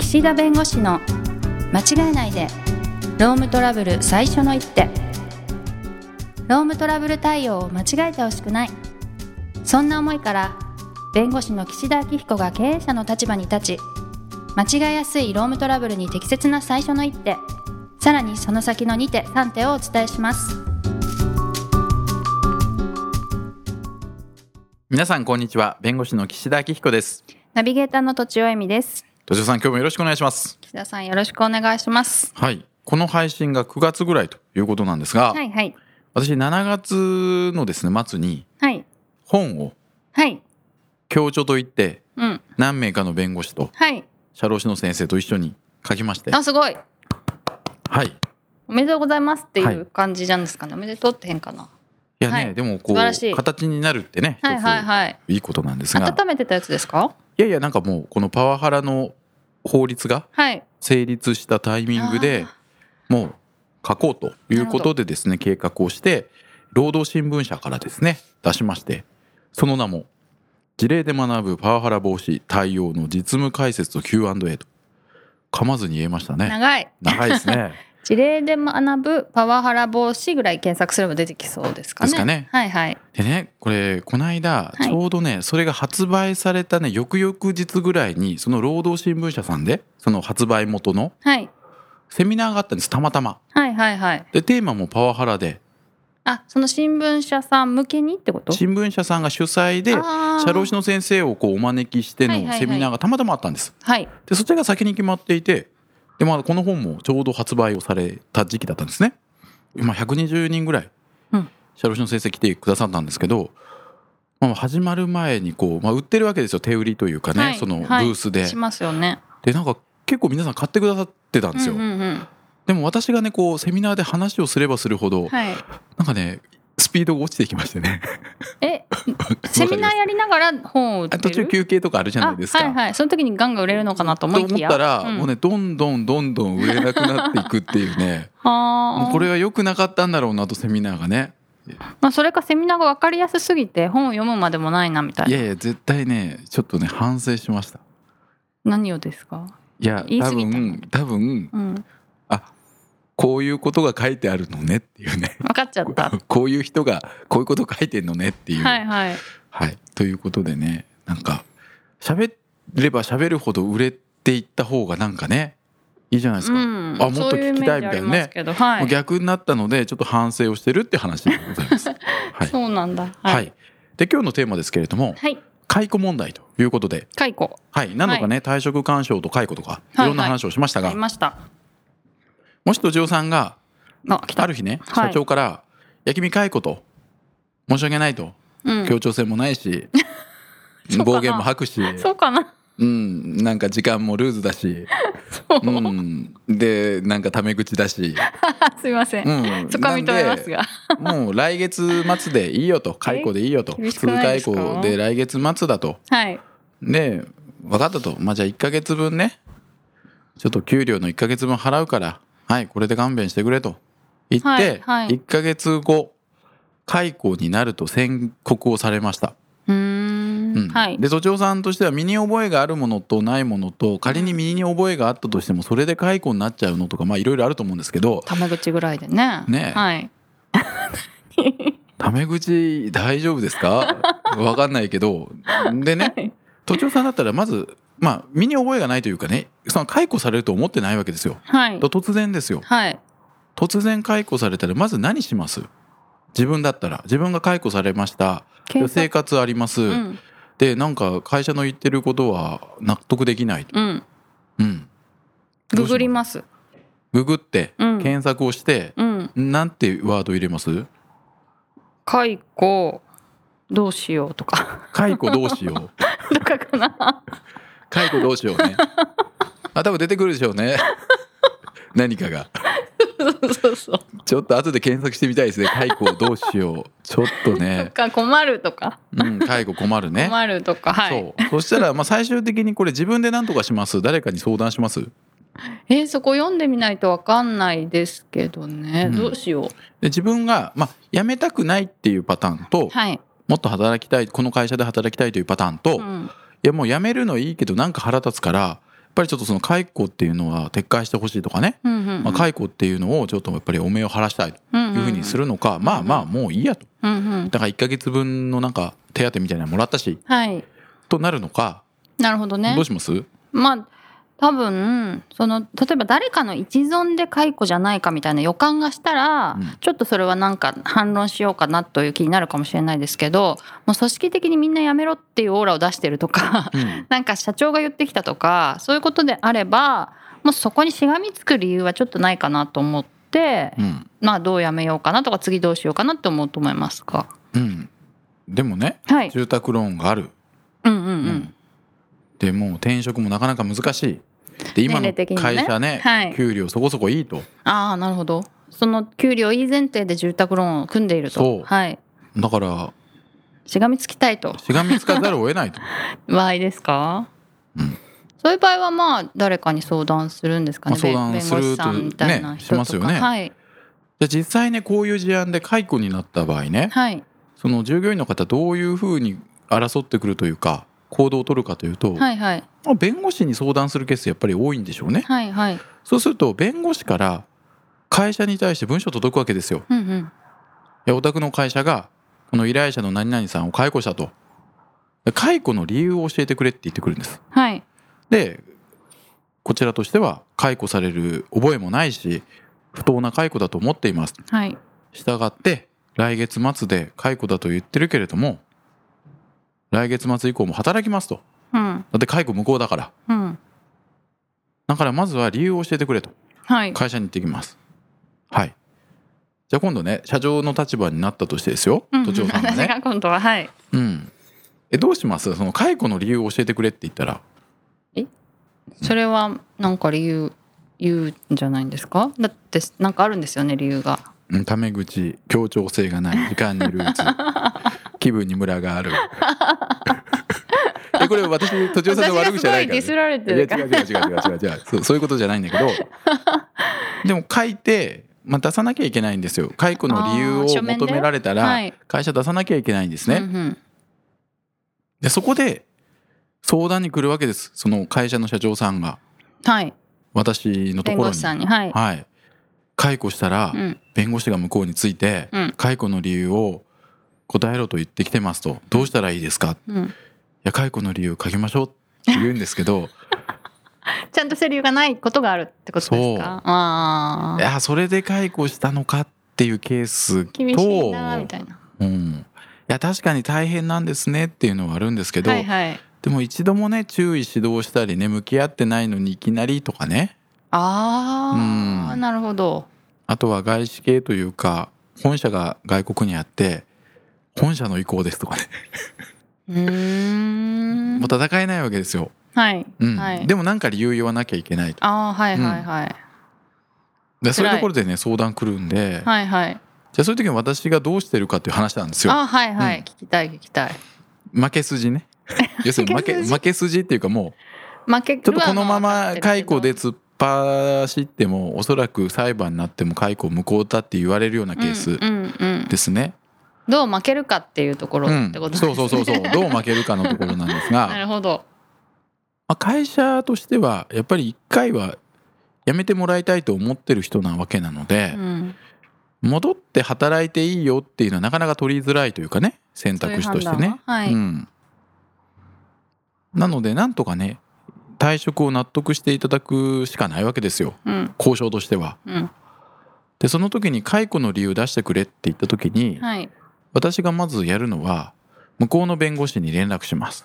岸田弁護士の間違えないでロームトラブル最初の一手。ロームトラブル対応を間違えてほしくない、そんな思いから弁護士の岸田明彦が経営者の立場に立ち、間違えやすいロームトラブルに適切な最初の一手、さらにその先の2手3手をお伝えします。 皆さんこんにちは。弁護士の岸田明彦です。 ナビゲーターの土地尾恵美です。 土地尾さん、今日もよろしくお願いします。 岸田さん、よろしくお願いします。 はい、この配信が9月ぐらいということなんですが、 はいはい、 私7月のですね末に本を共著といって、何名かの弁護士と社労士の先生と一緒に書きまして、 あ、すごい、 はい、 おめでとうございますっていう感じなんですかね。おめでとうって変かな。 いやね、でもこう形になるってね、一ついいことなんですが、 温めてたやつですか？ いやなんかもうこのパワハラの法律が成立したタイミングでもう書こうということでですね、計画をして労働新聞社からですね出しまして、その名も事例で学ぶパワハラ防止対応の実務解説と Q&A と、噛まずに言えましたね。長いですね。 事例で学ぶパワハラ防止ぐらい検索すれば出てきそうですかね。はいはい。 でね、この間ちょうどね、それが発売されたね翌々日ぐらいに、その労働新聞社さんでその発売元のセミナーがあったんです、たまたま。でテーマもパワハラで、 その新聞社さん向けにってこと？ 新聞社さんが主催で社労士の先生をこうお招きしてのセミナーがたまたまあったんです。でそちらが先に決まっていて、でこの本もちょうど発売をされた時期だったんですね。120人ぐらい社労士の先生来てくださったんですけど、始まる前にこう、売ってるわけですよ、手売りというかね、そのブースで、 しますよね。 でなんか結構皆さん買ってくださってたんですよ。でも私がねこうセミナーで話をすればするほど、なんかねスピードが落ちていきましてね。 セミナーやりながら本を売ってる？途中休憩とかあるじゃないですか。 その時にガンガン売れるのかなと思いきや、 と思ったら、もうねどんどん売れなくなっていくっていうね。もうこれは良くなかったんだろうなと、セミナーがね。 それかセミナーが分かりやすすぎて本を読むまでもないなみたいな。 いや絶対ねちょっとね反省しました。 何をですか？ いや多分、こういうことが書いてあるのねっていうね。 分かっちゃった。 こういう人がこういうこと書いてんのねっていう。ということでね、なんか喋れば喋るほど売れていった方がなんかねいいじゃないですか。もっと聞きたいみたいなね。もう逆になったのでちょっと反省をしてるって話でございます。 そうなんだ。 で今日のテーマですけれども、解雇問題ということで、何度かね退職勧奨と解雇とかいろんな話をしましたが、もし土地尾さんがある日ね、社長から「いや君解雇と申し訳ないと、協調性もないし暴言も吐くし、 そうかな、 なんか時間もルーズだし、でなんかタメ口だしすいません、そこは認めますがもう来月末でいいよと、解雇でいいよと、普通解雇で来月末だと、で分かったと、じゃあ1ヶ月分ねちょっと給料の1ヶ月分払うからこれで勘弁してくれと言って、1ヶ月後解雇になると宣告をされました。で土地尾さんとしては身に覚えがあるものとないものと、仮に身に覚えがあったとしてもそれで解雇になっちゃうのとかいろいろあると思うんですけど、 タメ口ぐらいでね。 タメ口大丈夫ですか？分かんないけど、でね、土地尾さんだったらまず身に覚えがないというかね、その解雇されると思ってないわけですよ。突然ですよ。突然解雇されたらまず何します？自分だったら、自分が解雇されました、生活あります、でなんか会社の言ってることは納得できない、 ググります。 ググって検索をして、なんてワード入れます？ 解雇どうしようとか。 解雇どうしようとかかな。 解雇どうしようね。多分出てくるでしょうね。何かが。ちょっと後で検索してみたいですね。解雇どうしよう。ちょっとね。 困るとか。 解雇困るね。 困るとか。 そしたら最終的にこれ自分で何とかします？誰かに相談します？ そこ読んでみないと分かんないですけどね。どうしよう。 で自分が辞めたくないっていうパターンと、もっと働きたい、この会社で働きたいというパターンと、いやもう辞めるのいいけどなんか腹立つからぱりちょっとその解雇っていうのは撤回してほしいとかね、解雇っていうのをちょっとやっぱり汚名を晴らしたいというふうにするのか、まあもういいやと、だから1ヶ月分のなんか手当みたいなのもらったし、となるのか。 なるほどね。 どうします？ まあ多分例えば誰かの一存で解雇じゃないかみたいな予感がしたら、ちょっとそれはなんか反論しようかなという気になるかもしれないですけど、もう組織的にみんな辞めろっていうオーラを出してるとか、なんか社長が言ってきたとかそういうことであれば、もうそこにしがみつく理由はちょっとないかなと思って、まあどう辞めようかなとか次どうしようかなって思うと思いますか。 でもね、住宅ローンがある、でもう転職もなかなか難しいで、今の会社ね、給料そこそこいいと。 なるほど。その給料いい前提で住宅ローンを組んでいると。 そう、だからしがみつきたいと。 しがみつかざるを得ないと場合ですか？そういう場合はまあ誰かに相談するんですかね。 相談するとね、しますよね。じゃあ実際ね、こういう事案で解雇になった場合ね、その従業員の方どういうふうに争ってくるというか行動を取るかというと、弁護士に相談するケースやっぱり多いんでしょうね。そうすると弁護士から会社に対して文書届くわけですよ。いや、お宅の会社がこの依頼者の何々さんを解雇したと、解雇の理由を教えてくれって言ってくるんです。でこちらとしては解雇される覚えもないし不当な解雇だと思っています。したがって来月末で解雇だと言ってるけれども来月末以降も働きますと、だって解雇無効だから、だからまずは理由を教えてくれと、会社に行ってきます。じゃあ今度ね、社長の立場になったとしてですよ、都庁さんがね、 私が今度はどうします？その解雇の理由を教えてくれって言ったら、 それはなんか理由言うんじゃないんですか？だってなんかあるんですよね、理由が。 タメ口、協調性がない、時間にルーズ気分にムラがあるこれ私都庁さんの悪口じゃないから、 ディスられてるから。 違うそういうことじゃないんだけどでも書いて、出さなきゃいけないんですよ。解雇の理由を求められたら会社出さなきゃいけないんですね。でそこで相談に来るわけです。その会社の社長さんが、私のところに弁護士さんに、解雇したら、弁護士が向こうについて、解雇の理由を答えろと言ってきてますと、どうしたらいいですか、いや解雇の理由書きましょうって言うんですけどちゃんとした理由がないことがあるってことですか？ いやそれで解雇したのかっていうケースと、 厳しいなみたいな、 いや確かに大変なんですねっていうのはあるんですけど、でも一度もね注意指導したりね、向き合ってないのにいきなりとかね、 なるほど。 あとは外資系というか本社が外国にあって本社の意向ですとかねもう戦えないわけですよ。でもなんか理由言わなきゃいけないと。でそういうところでね相談来るんで、じゃあそういう時に私がどうしてるかっていう話なんですよ。 聞きたい負け筋ね要するに負け筋っていうか、もうちょっとこのまま解雇で突っ走ってもおそらく裁判になっても解雇無効だって言われるようなケースですね。 どう負けるかっていうところってことですね。 そうどう負けるかのところなんですがなるほど。 会社としてはやっぱり一回は辞めてもらいたいと思ってる人なわけなので、戻って働いていいよっていうのはなかなか取りづらいというかね、選択肢としてね。なのでなんとかね退職を納得していただくしかないわけですよ、交渉としては。でその時に解雇の理由出してくれって言った時に、私がまずやるのは向こうの弁護士に連絡します。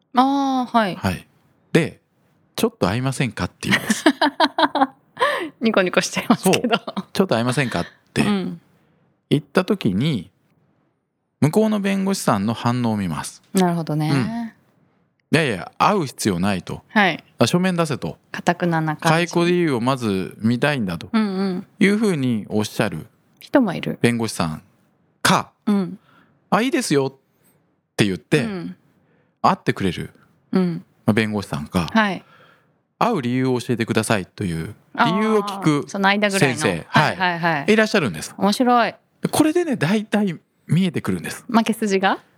でちょっと会いませんかって言うんですニコニコしてますけど、 ちょっと会いませんかって言った時に、向こうの弁護士さんの反応を見ます。 なるほどね、 いや会う必要ないと、書面出せと、 固くなな感じ、 解雇理由をまず見たいんだというふうにおっしゃる人もいる弁護士さんか、いいですよって言って、会ってくれる、弁護士さんか、会う理由を教えてくださいという理由を聞く先生、いらっしゃるんです。 面白い。 これでね大体見えてくるんです。 負け筋が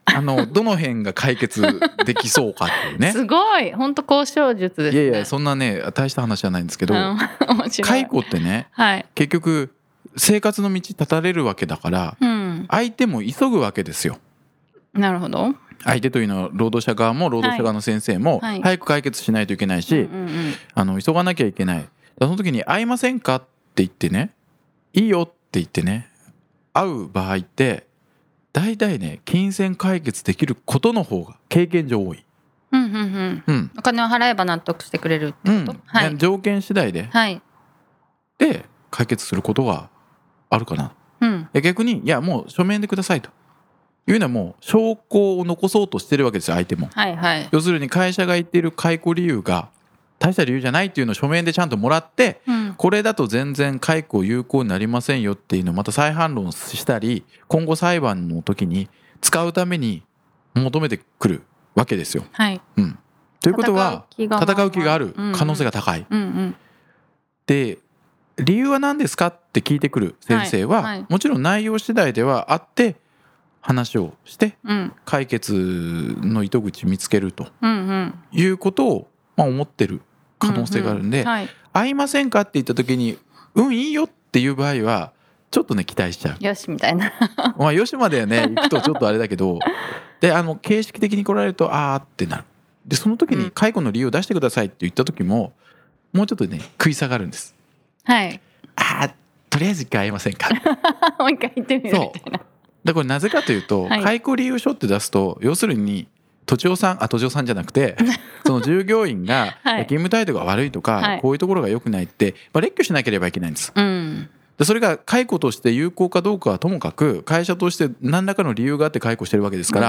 どの辺が解決できそうかっていうねすごい本当交渉術ですね。 いやそんなね大した話じゃないんですけど、 面白い。 解雇ってね、 はい、 結局生活の道立たれるわけだから、相手も急ぐわけですよ。 なるほど。 相手というのは労働者側も労働者側の先生も早く解決しないといけないし、急がなきゃいけない。その時に会いませんかって言ってね、いいよって言ってね、会う場合って大体ね金銭解決できることの方が経験上多い。 お金を払えば納得してくれるってこと、 条件次第で、で解決することがあるかな、逆にいやもう書面でくださいというのはもう証拠を残そうとしてるわけですよ相手も、要するに会社が言っている解雇理由が大した理由じゃないっていうのを書面でちゃんともらって、これだと全然解雇有効になりませんよっていうのをまた再反論したり今後裁判の時に使うために求めてくるわけですよ、ということは戦う気がある可能性が高い、で理由は何ですかって聞いてくる先生は、もちろん内容次第ではあって話をして、解決の糸口見つけると、いうことを、思ってる可能性があるんで、会いませんかって言った時にいいよっていう場合はちょっとね期待しちゃう。 よしみたいなよしまではね行くとちょっとあれだけどで形式的に来られるとあーってなる。でその時に解雇の理由を出してくださいって言った時ももうちょっとね食い下がるんです。とりあえず一回会いませんかもう一回言ってみるみたいな。 だこれなぜかというと、解雇理由書って出すと要するに都庁さんじゃなくてその従業員が勤務態度が悪いとか、こういうところが良くないって、列挙しなければいけないんです、でそれが解雇として有効かどうかはともかく会社として何らかの理由があって解雇してるわけですから、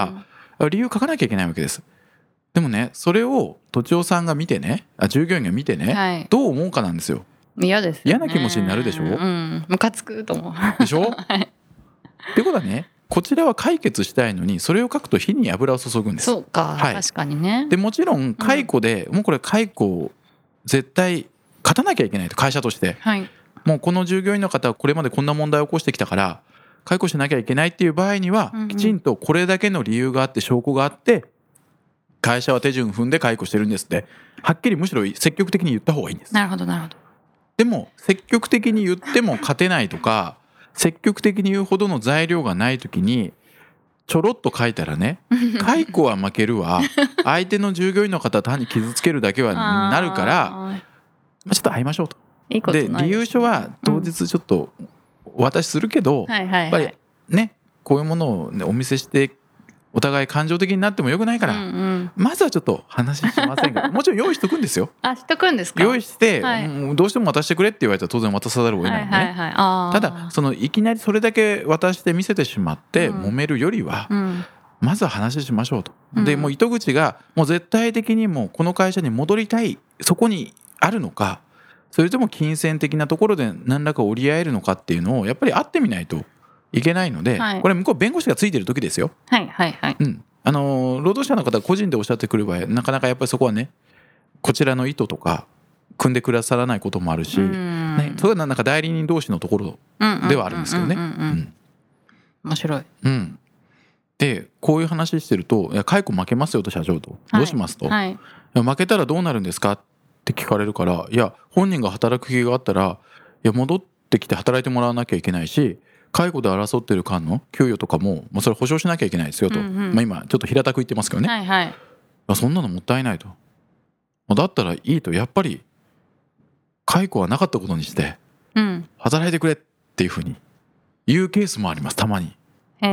理由書かなきゃいけないわけです。でもねそれを都庁さんが見てね従業員が見てね、どう思うかなんですよ。 嫌ですよね。 嫌な気持ちになるでしょ。 ムカつくと思うでしょ、ってことはねこちらは解決したいのにそれを書くと火に油を注ぐんです。 そうか、確かにね。 でもちろん解雇で、もうこれ解雇絶対勝たなきゃいけないと会社として、もうこの従業員の方はこれまでこんな問題を起こしてきたから解雇しなきゃいけないっていう場合には、きちんとこれだけの理由があって証拠があって会社は手順踏んで解雇してるんですってはっきりむしろ積極的に言った方がいいんです。 なるほどなるほど。 でも積極的に言っても勝てないとか積極的に言うほどの材料がないときにちょろっと書いたらね解雇は負けるわ相手の従業員の方単に傷つけるだけはなるからちょっと会いましょうと。 いいことないですね。 で理由書は当日ちょっとお渡しするけど、やっぱりねこういうものを、ね、お見せしてお互い感情的になってもよくないから、まずはちょっと話しませんがもちろん用意しとくんですよ。 しとくんですか。 用意して、どうしても渡してくれって言われたら当然渡さざるを得ないのね、ただいきなりそれだけ渡して見せてしまって揉めるよりは、まずは話しましょうと。でもう糸口がもう絶対的にもうこの会社に戻りたいそこにあるのかそれとも金銭的なところで何らか折り合えるのかっていうのをやっぱり会ってみないといけないので、これ向こう弁護士がついてる時ですよ。労働者の方個人でおっしゃってくる場合なかなかやっぱりそこはねこちらの意図とか組んでくださらないこともあるし、それはなんか代理人同士のところではあるんですけどね。 面白い。 でこういう話してると解雇負けますよと社長と、どうしますと、負けたらどうなるんですかって聞かれるから、いや本人が働く気があったらいや戻ってきて働いてもらわなきゃいけないし解雇で争ってる間の給与とかも、それ保証しなきゃいけないですよと、今ちょっと平たく言ってますけどね、そんなのもったいないと。だったらいいとやっぱり解雇はなかったことにして働いてくれっていうふうに言うケースもありますたまに。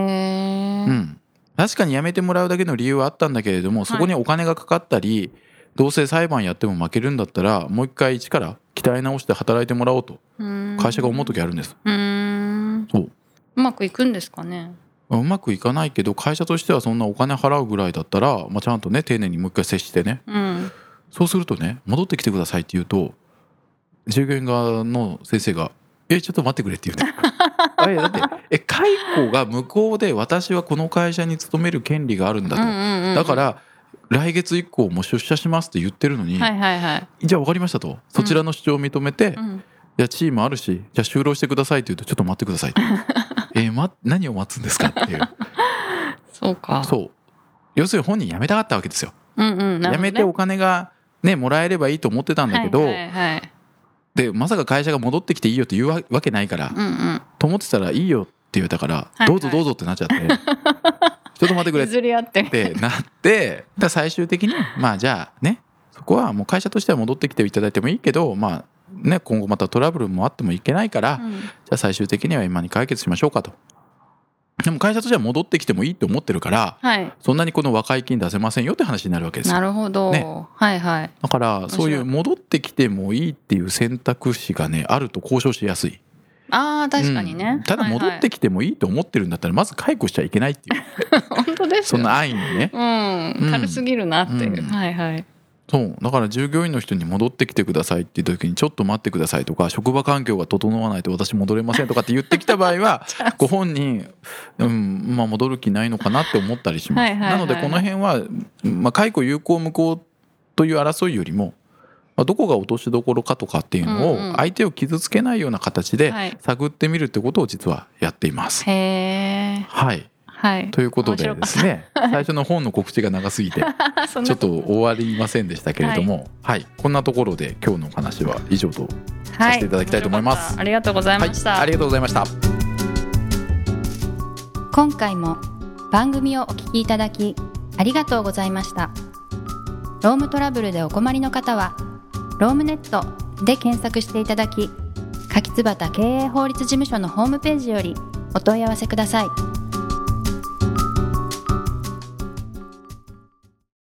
確かに辞めてもらうだけの理由はあったんだけれどもそこにお金がかかったり、どうせ裁判やっても負けるんだったらもう一回一から鍛え直して働いてもらおうと会社が思う時あるんです。そううまくいくんですかね。 うまくいかないけど会社としてはそんなお金払うぐらいだったら、ちゃんとね丁寧にもう一回接してね、そうするとね戻ってきてくださいって言うと従業員側の先生がちょっと待ってくれって言うねだって解雇が向こうで私はこの会社に勤める権利があるんだと、だから来月以降も出社しますって言ってるのに、じゃあ分かりましたとそちらの主張を認めて、いやチームあるしじゃあ就労してくださいって言うとちょっと待ってくださいって何を待つんですかっていうそうか。 そう要するに本人辞めたかったわけですよ、 うんうん、なるほどね、 辞めてお金がねもらえればいいと思ってたんだけど、 はいはいはい、 でまさか会社が戻ってきていいよって言うわけないから、 うんうん、 と思ってたらいいよって言われたから、はいはい、どうぞどうぞってなっちゃってちょっと待ってくれってなって最終的にまあじゃあねそこはもう会社としては戻ってきていただいてもいいけど、まあね、今後またトラブルもあってもいけないから、じゃあ最終的には今に解決しましょうかと。でも会社としては戻ってきてもいいと思ってるから、そんなにこの和解金出せませんよって話になるわけですよ。 なるほど、ね、はいはい。 だからそういう戻ってきてもいいっていう選択肢がねあると交渉しやすい。 あー確かにね、 ただ戻ってきてもいいと思ってるんだったらまず解雇しちゃいけないっていう本当ですよそんな安易にね、 軽すぎるなっていう、はいはい。 そうだから従業員の人に戻ってきてくださいって言った時にちょっと待ってくださいとか職場環境が整わないと私戻れませんとかって言ってきた場合はご本人、まあ、戻る気ないのかなって思ったりします、なのでこの辺は、解雇有効無効という争いよりもどこが落としどころかとかっていうのを相手を傷つけないような形で探ってみるってことを実はやっています、 へー、 はいはい、ということでですね最初の本の告知が長すぎてちょっと終わりませんでしたけれども、はいこんなところで今日のお話は以上とさせていただきたいと思います、 ありがとうございました、 ありがとうございました。 今回も番組をお聞きいただきありがとうございました。ロームトラブルでお困りの方はロームネットで検索していただき、柿椿経営法律事務所のホームページよりお問い合わせください。